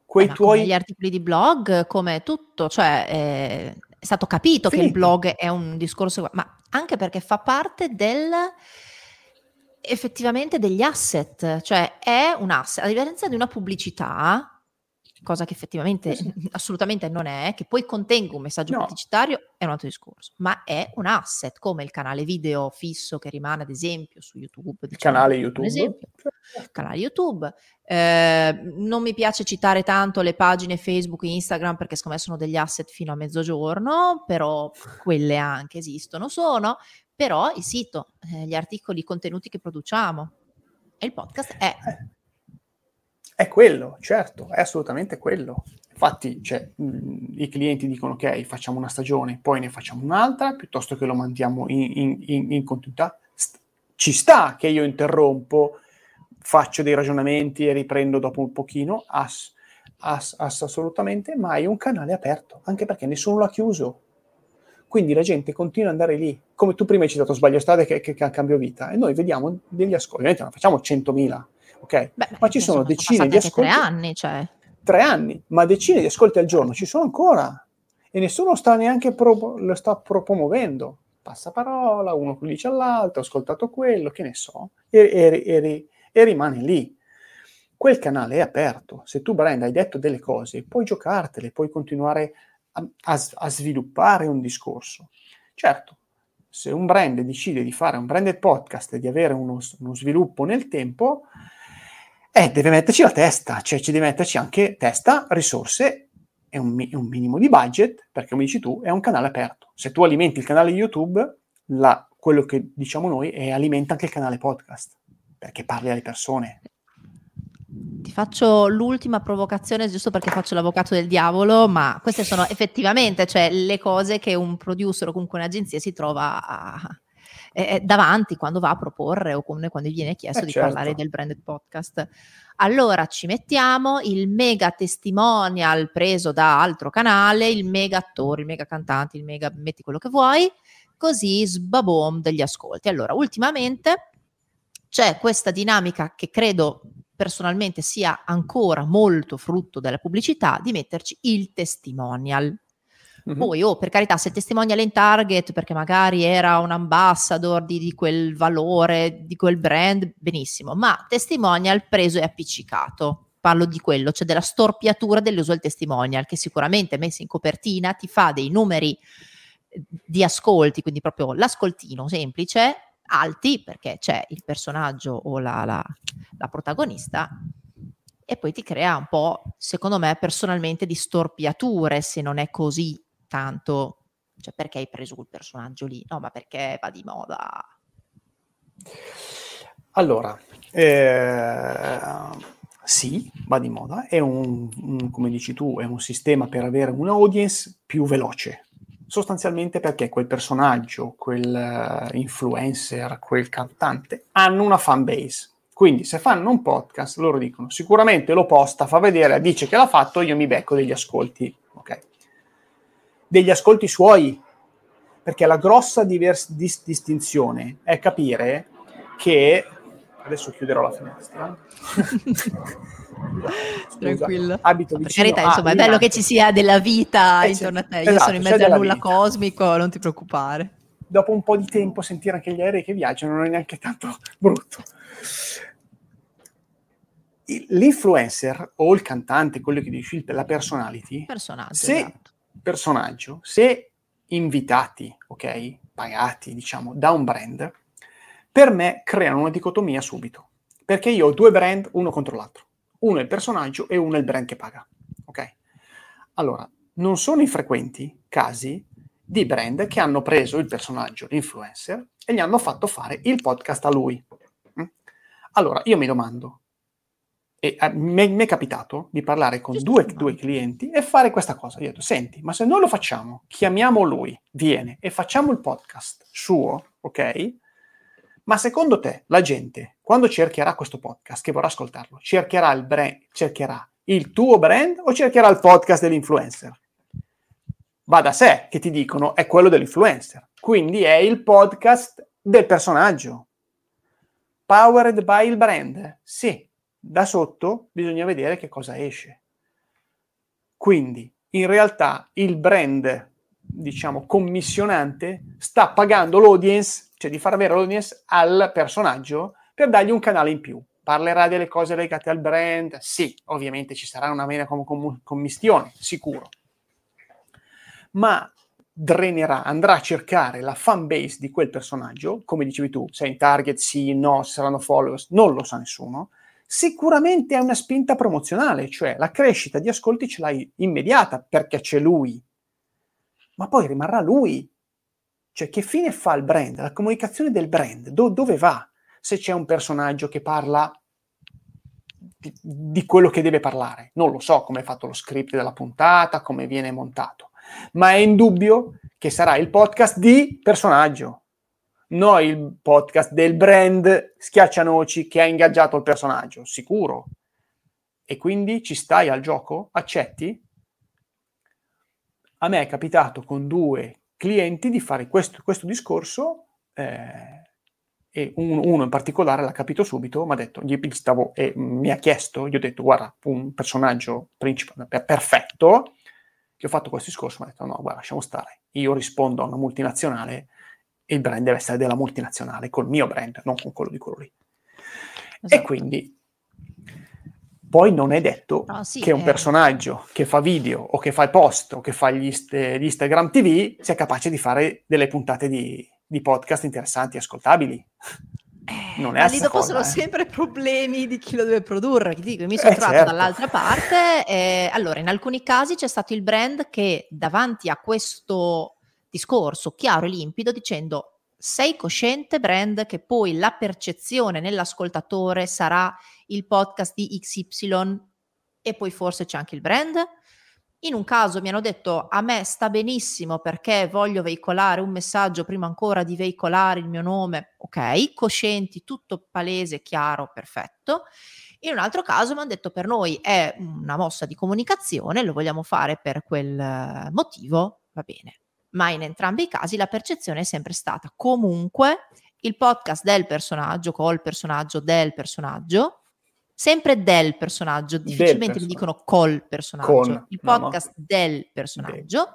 quei tuoi... Come gli articoli di blog, come tutto, cioè è stato capito che il blog è un discorso, ma anche perché fa parte effettivamente degli asset, cioè è un asset, a differenza di una pubblicità, cosa che effettivamente assolutamente non è, che poi contenga un messaggio pubblicitario, è un altro discorso, ma è un asset, come il canale video fisso che rimane ad esempio su YouTube, diciamo, canale YouTube. un esempio, canale YouTube. Non mi piace citare tanto le pagine Facebook e Instagram perché secondo me sono degli asset fino a mezzogiorno, però quelle anche esistono, però il sito, gli articoli, i contenuti che produciamo e il podcast è quello, certo, è assolutamente quello. Infatti, i clienti dicono ok, facciamo una stagione, poi ne facciamo un'altra, piuttosto che lo mandiamo in continuità. Ci sta che io interrompo, faccio dei ragionamenti e riprendo dopo un pochino, assolutamente, ma è un canale aperto, anche perché nessuno l'ha chiuso. Quindi la gente continua ad andare lì. Come tu prima hai citato Sbaglio Strade che cambio vita, e noi vediamo degli ascolti. Ovviamente non facciamo 100.000, ok? Ma ci sono decine di ascolti. 3 anni, cioè. 3 anni, ma decine di ascolti al giorno ci sono ancora. E nessuno sta neanche lo sta promuovendo. Passaparola, uno dice all'altro, ho ascoltato quello, che ne so, e rimane lì. Quel canale è aperto. Se tu, brand, hai detto delle cose, puoi giocartele, puoi continuare a sviluppare un discorso. Certo, se un brand decide di fare un branded podcast e di avere uno sviluppo nel tempo, deve metterci la testa, cioè ci deve metterci anche testa, risorse e un minimo di budget, perché come dici tu, è un canale aperto. Se tu alimenti il canale YouTube, quello che diciamo noi è alimenta anche il canale podcast, perché parli alle persone. Ti faccio l'ultima provocazione giusto perché faccio l'avvocato del diavolo, ma queste sono effettivamente, cioè, le cose che un producer o comunque un'agenzia si trova davanti quando va a proporre o come quando gli viene chiesto di parlare del branded podcast. Allora ci mettiamo il mega testimonial preso da altro canale, il mega attore, il mega cantante, il mega metti quello che vuoi, così sbabom degli ascolti. Allora, ultimamente c'è questa dinamica che credo personalmente sia ancora molto frutto della pubblicità, di metterci il testimonial. Mm-hmm. Poi, per carità, se il testimonial è in target perché magari era un ambassador di quel valore, di quel brand, benissimo, ma testimonial preso e appiccicato. Parlo di quello, cioè della storpiatura dell'uso del testimonial, che sicuramente messo in copertina ti fa dei numeri di ascolti, quindi proprio l'ascoltino semplice, alti, perché c'è il personaggio o la protagonista, e poi ti crea un po', secondo me, personalmente, di storpiature, se non è così tanto, cioè perché hai preso quel personaggio lì? No, ma perché va di moda? Allora, sì, va di moda, è come dici tu, è un sistema per avere un audience più veloce. Sostanzialmente perché quel personaggio, quel influencer, quel cantante hanno una fan base. Quindi se fanno un podcast, loro dicono sicuramente lo posta, fa vedere, dice che l'ha fatto, io mi becco degli ascolti, ok? Degli ascolti suoi, perché la grossa distinzione è capire che... Adesso chiuderò la finestra. Tranquillo. Abito per vicino carità, insomma, è bello che ci sia della vita intorno a te. Io sono in mezzo al nulla cosmico, non ti preoccupare. Dopo un po' di tempo sentire anche gli aerei che viaggiano non è neanche tanto brutto. L'influencer o il cantante, quello che dici, la personality, se invitati, ok, pagati, diciamo, da un brand, per me creano una dicotomia subito, perché io ho 2 brand, uno contro l'altro. Uno è il personaggio e uno è il brand che paga, ok? Allora, non sono infrequenti casi di brand che hanno preso il personaggio, l'influencer, e gli hanno fatto fare il podcast a lui. Allora, io mi domando, e mi è capitato di parlare con due clienti e fare questa cosa. Io ho detto, senti, ma se noi lo facciamo, chiamiamo lui, viene e facciamo il podcast suo, ok? Ma secondo te la gente, quando cercherà questo podcast, che vorrà ascoltarlo, cercherà il tuo brand o cercherà il podcast dell'influencer? Va da sé che ti dicono è quello dell'influencer. Quindi è il podcast del personaggio. Powered by il brand? Sì. Da sotto bisogna vedere che cosa esce. Quindi in realtà il brand, diciamo, commissionante sta pagando l'audience, cioè di far avere l'audience al personaggio per dargli un canale in più. Parlerà delle cose legate al brand? Sì, ovviamente ci sarà una mera commistione, sicuro. Ma drenerà, andrà a cercare la fan base di quel personaggio, come dicevi tu, se è in target, sì, no, se saranno followers, non lo sa nessuno. Sicuramente è una spinta promozionale, cioè la crescita di ascolti ce l'hai immediata perché c'è lui, ma poi rimarrà lui. Cioè, che fine fa il brand? La comunicazione del brand, dove va? Se c'è un personaggio che parla di quello che deve parlare. Non lo so come è fatto lo script della puntata, come viene montato, ma è indubbio che sarà il podcast di personaggio, non il podcast del brand schiaccianoci che ha ingaggiato il personaggio, sicuro. E quindi ci stai al gioco? Accetti? A me è capitato con 2 clienti di fare questo discorso, e uno in particolare l'ha capito subito, mi ha detto, mi ha chiesto, gli ho detto, guarda, un personaggio principale perfetto, che ho fatto questo discorso, mi ha detto, no, guarda, lasciamo stare, io rispondo a una multinazionale e il brand deve essere della multinazionale, col mio brand, non con quello di quello lì. Esatto. E quindi poi non è detto che un personaggio che fa video o che fa il post o che fa gli Instagram TV sia capace di fare delle puntate di podcast interessanti e ascoltabili. Non è ma lì dopo sono sempre problemi di chi lo deve produrre. Ti dico, mi sono trovato certo. dall'altra parte. Allora, in alcuni casi c'è stato il brand che davanti a questo discorso chiaro e limpido dicendo: sei cosciente, brand, che poi la percezione nell'ascoltatore sarà il podcast di XY e poi forse c'è anche il brand? In un caso mi hanno detto: a me sta benissimo perché voglio veicolare un messaggio prima ancora di veicolare il mio nome. Ok, coscienti, tutto palese, chiaro, perfetto. In un altro caso mi hanno detto: per noi è una mossa di comunicazione, lo vogliamo fare per quel motivo, va bene. Ma in entrambi i casi la percezione è sempre stata comunque il podcast del personaggio, col personaggio, del personaggio, sempre del personaggio, difficilmente mi dicono col personaggio, il podcast del personaggio.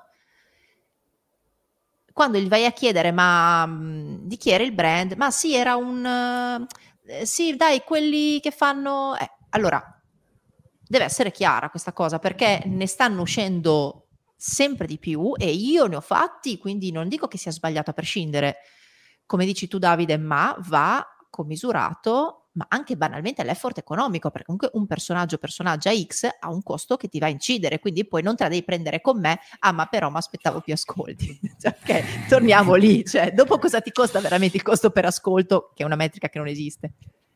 Quando gli vai a chiedere ma di chi era il brand, ma sì, era sì, dai, quelli che fanno allora deve essere chiara questa cosa, perché ne stanno uscendo sempre di più e io ne ho fatti, quindi non dico che sia sbagliato a prescindere, come dici tu Davide, ma va commisurato, ma anche banalmente l'effort economico, perché comunque un personaggia X ha un costo che ti va a incidere, quindi poi non te la devi prendere con me, ma però mi aspettavo più ascolti. Cioè, ok, torniamo lì, cioè dopo cosa ti costa veramente il costo per ascolto, che è una metrica che non esiste.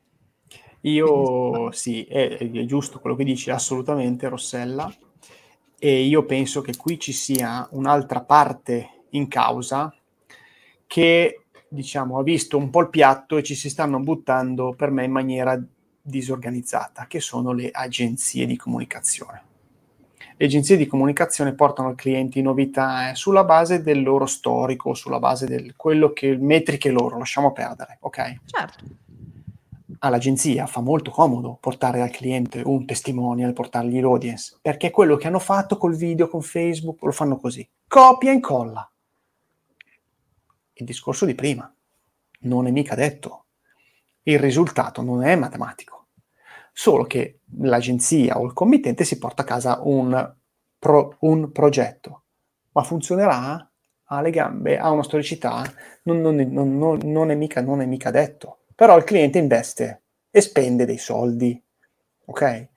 Io sì, è giusto quello che dici, assolutamente, Rossella, e io penso che qui ci sia un'altra parte in causa che, diciamo, ha visto un po' il piatto e ci si stanno buttando, per me, in maniera disorganizzata, che sono le agenzie di comunicazione. Le agenzie di comunicazione portano al cliente novità sulla base del loro storico, sulla base del quello che metriche loro, lasciamo perdere, ok? Certo. All'agenzia fa molto comodo portare al cliente un testimonial, portargli l'audience, perché quello che hanno fatto col video, con Facebook, lo fanno così. Copia e incolla. Il discorso di prima. Non è mica detto. Il risultato non è matematico. Solo che l'agenzia o il committente si porta a casa un progetto. Ma funzionerà? Ha le gambe? Ha una storicità? Non è mica detto. Però il cliente investe e spende dei soldi, ok?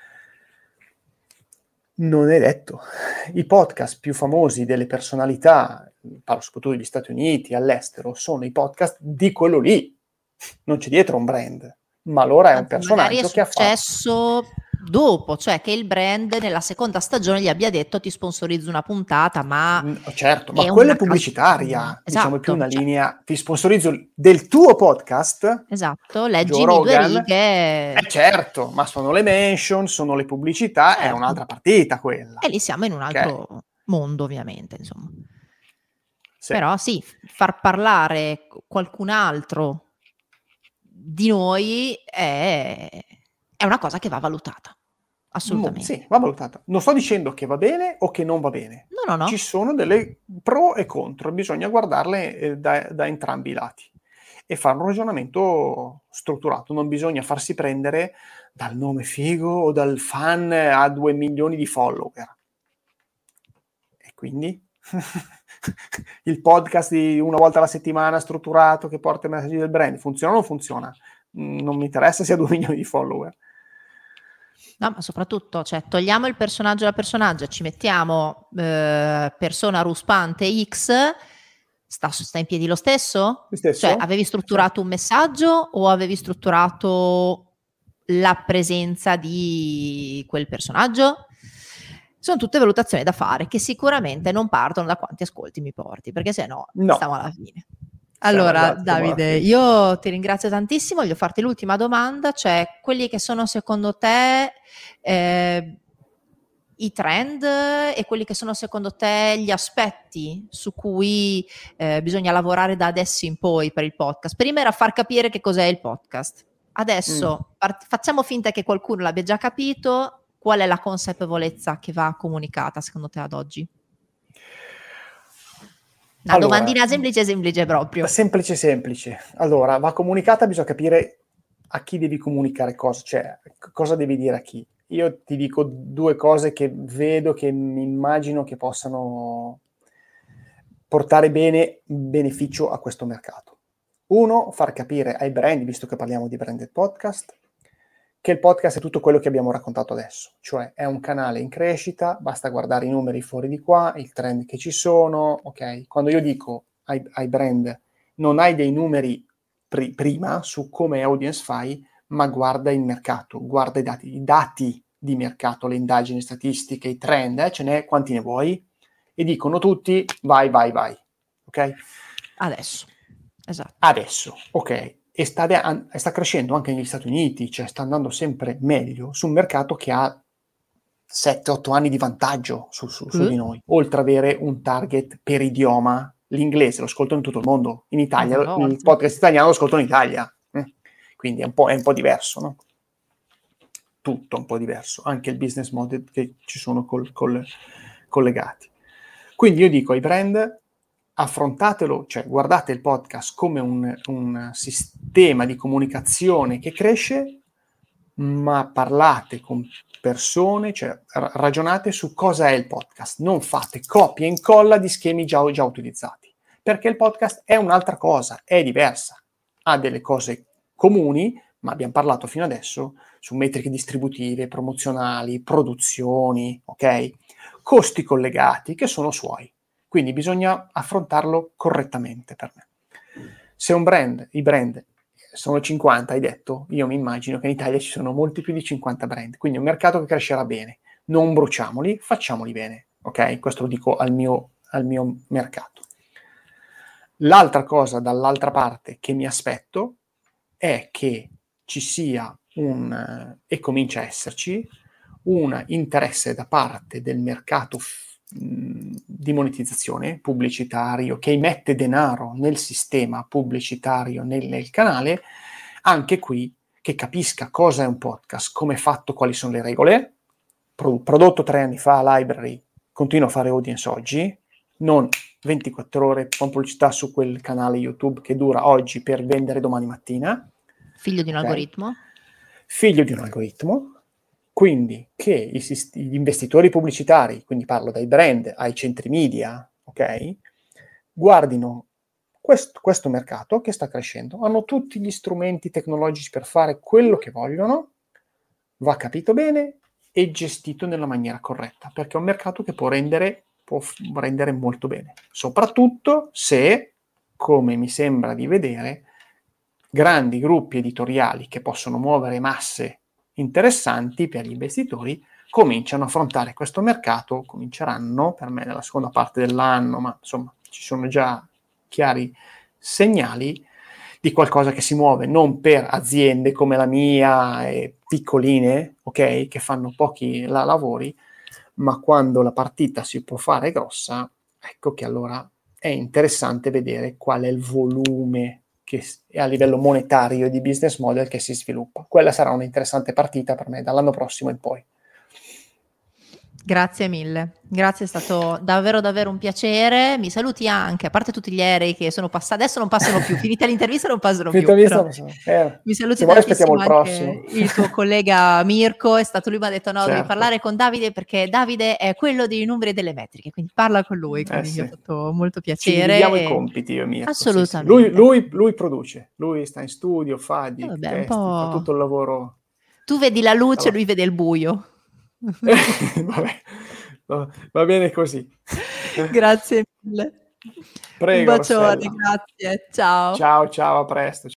Non è detto. I podcast più famosi delle personalità, parlo soprattutto degli Stati Uniti, all'estero, sono i podcast di quello lì. Non c'è dietro un brand, ma allora è un personaggio che ha fatto. Magari è successo dopo, cioè che il brand nella seconda stagione gli abbia detto: ti sponsorizzo una puntata, ma certo, ma quella è pubblicitaria, diciamo è più una linea, ti sponsorizzo del tuo podcast. Esatto, leggimi due righe. Certo, ma sono le mention, sono le pubblicità, certo. È un'altra partita quella. E lì siamo in un altro mondo, ovviamente, insomma. Sì. Però sì, far parlare qualcun altro di noi è una cosa che va valutata. assolutamente. Sì, va valutata. Non sto dicendo che va bene o che non va bene. No. Ci sono delle pro e contro, bisogna guardarle da entrambi i lati e fare un ragionamento strutturato. Non bisogna farsi prendere dal nome figo o dal fan a 2 milioni di follower. E quindi il podcast di una volta alla settimana strutturato che porta i messaggi del brand funziona o non funziona? Non mi interessa se ha 2 milioni di follower. No, ma soprattutto, cioè, togliamo il personaggio da personaggio, ci mettiamo persona ruspante X, sta in piedi lo stesso? Cioè, avevi strutturato un messaggio o avevi strutturato la presenza di quel personaggio? Sono tutte valutazioni da fare che sicuramente non partono da quanti ascolti mi porti, perché se no stiamo alla fine. Allora, Davide, io ti ringrazio tantissimo, voglio farti l'ultima domanda, cioè quelli che sono secondo te i trend e quelli che sono secondo te gli aspetti su cui bisogna lavorare da adesso in poi per il podcast. Prima era far capire che cos'è il podcast, adesso facciamo finta che qualcuno l'abbia già capito. Qual è la consapevolezza che va comunicata secondo te ad oggi? Una domandina semplice proprio. Semplice. Allora, va comunicata, bisogna capire a chi devi comunicare cosa, cioè cosa devi dire a chi. Io ti dico 2 cose che vedo, che mi immagino che possano portare beneficio a questo mercato. 1, far capire ai brand, visto che parliamo di branded podcast, che il podcast è tutto quello che abbiamo raccontato adesso, cioè è un canale in crescita, basta guardare i numeri fuori di qua, il trend che ci sono, ok? Quando io dico ai brand non hai dei numeri prima su come audience fai, ma guarda il mercato, guarda i dati di mercato, le indagini statistiche, i trend, ce n'è quanti ne vuoi? E dicono tutti vai, ok? Adesso, esatto. Adesso, ok. E sta crescendo anche negli Stati Uniti, cioè sta andando sempre meglio su un mercato che ha 7-8 anni di vantaggio su di noi, oltre ad avere un target per idioma. L'inglese lo ascoltano in tutto il mondo, in Italia, il podcast italiano lo ascoltano in Italia, quindi è un po' diverso, no? Tutto un po' diverso, anche il business model che ci sono collegati. Quindi io dico ai brand, affrontatelo, cioè guardate il podcast come un sistema di comunicazione che cresce, ma parlate con persone, cioè ragionate su cosa è il podcast, non fate copia e incolla di schemi già utilizzati, perché il podcast è un'altra cosa, è diversa, ha delle cose comuni, ma abbiamo parlato fino adesso su metriche distributive, promozionali, produzioni, ok? Costi collegati che sono suoi. Quindi bisogna affrontarlo correttamente per me. Se i brand sono 50, hai detto, io mi immagino che in Italia ci sono molti più di 50 brand, quindi è un mercato che crescerà bene. Non bruciamoli, facciamoli bene, ok? Questo lo dico al mio mercato. L'altra cosa dall'altra parte che mi aspetto è che ci sia e comincia a esserci, un interesse da parte del mercato di monetizzazione pubblicitario che mette denaro nel sistema pubblicitario nel canale, anche qui che capisca cosa è un podcast, come è fatto, quali sono le regole. Prodotto 3 anni fa, Library, continua a fare audience oggi, non 24 ore con pubblicità su quel canale YouTube che dura oggi per vendere domani mattina. Figlio di un algoritmo. Figlio di un algoritmo. Quindi che gli investitori pubblicitari, quindi parlo dai brand ai centri media, ok, guardino questo mercato che sta crescendo, hanno tutti gli strumenti tecnologici per fare quello che vogliono, va capito bene e gestito nella maniera corretta, perché è un mercato che può rendere molto bene, soprattutto se, come mi sembra di vedere, grandi gruppi editoriali che possono muovere masse interessanti per gli investitori cominciano a affrontare questo mercato, cominceranno per me nella seconda parte dell'anno, ma insomma ci sono già chiari segnali di qualcosa che si muove non per aziende come la mia e piccoline, ok, che fanno pochi lavori, ma quando la partita si può fare grossa, ecco che allora è interessante vedere qual è il volume che a livello monetario di business model che si sviluppa. Quella sarà un'interessante partita per me dall'anno prossimo in poi. Grazie mille, grazie, è stato davvero davvero un piacere. Mi saluti anche, a parte tutti gli aerei che sono passati, adesso non passano più, finita l'intervista non passano più, però mi saluti se vuoi aspettiamo tantissimo il prossimo. anche il tuo collega Mirko, è stato lui, mi ha detto no, devi Certo. parlare con Davide perché Davide è quello dei numeri e delle metriche, quindi parla con lui, quindi mi ha fatto molto Ci piacere. dividiamo i compiti io e Mirko. Assolutamente. Lui produce, lui sta in studio, fa testi, fa tutto il lavoro. Tu vedi la luce, lui vede il buio. Vabbè, va bene così. Grazie mille. Prego, Un bacione, Rossella. grazie, ciao. Ciao, a presto.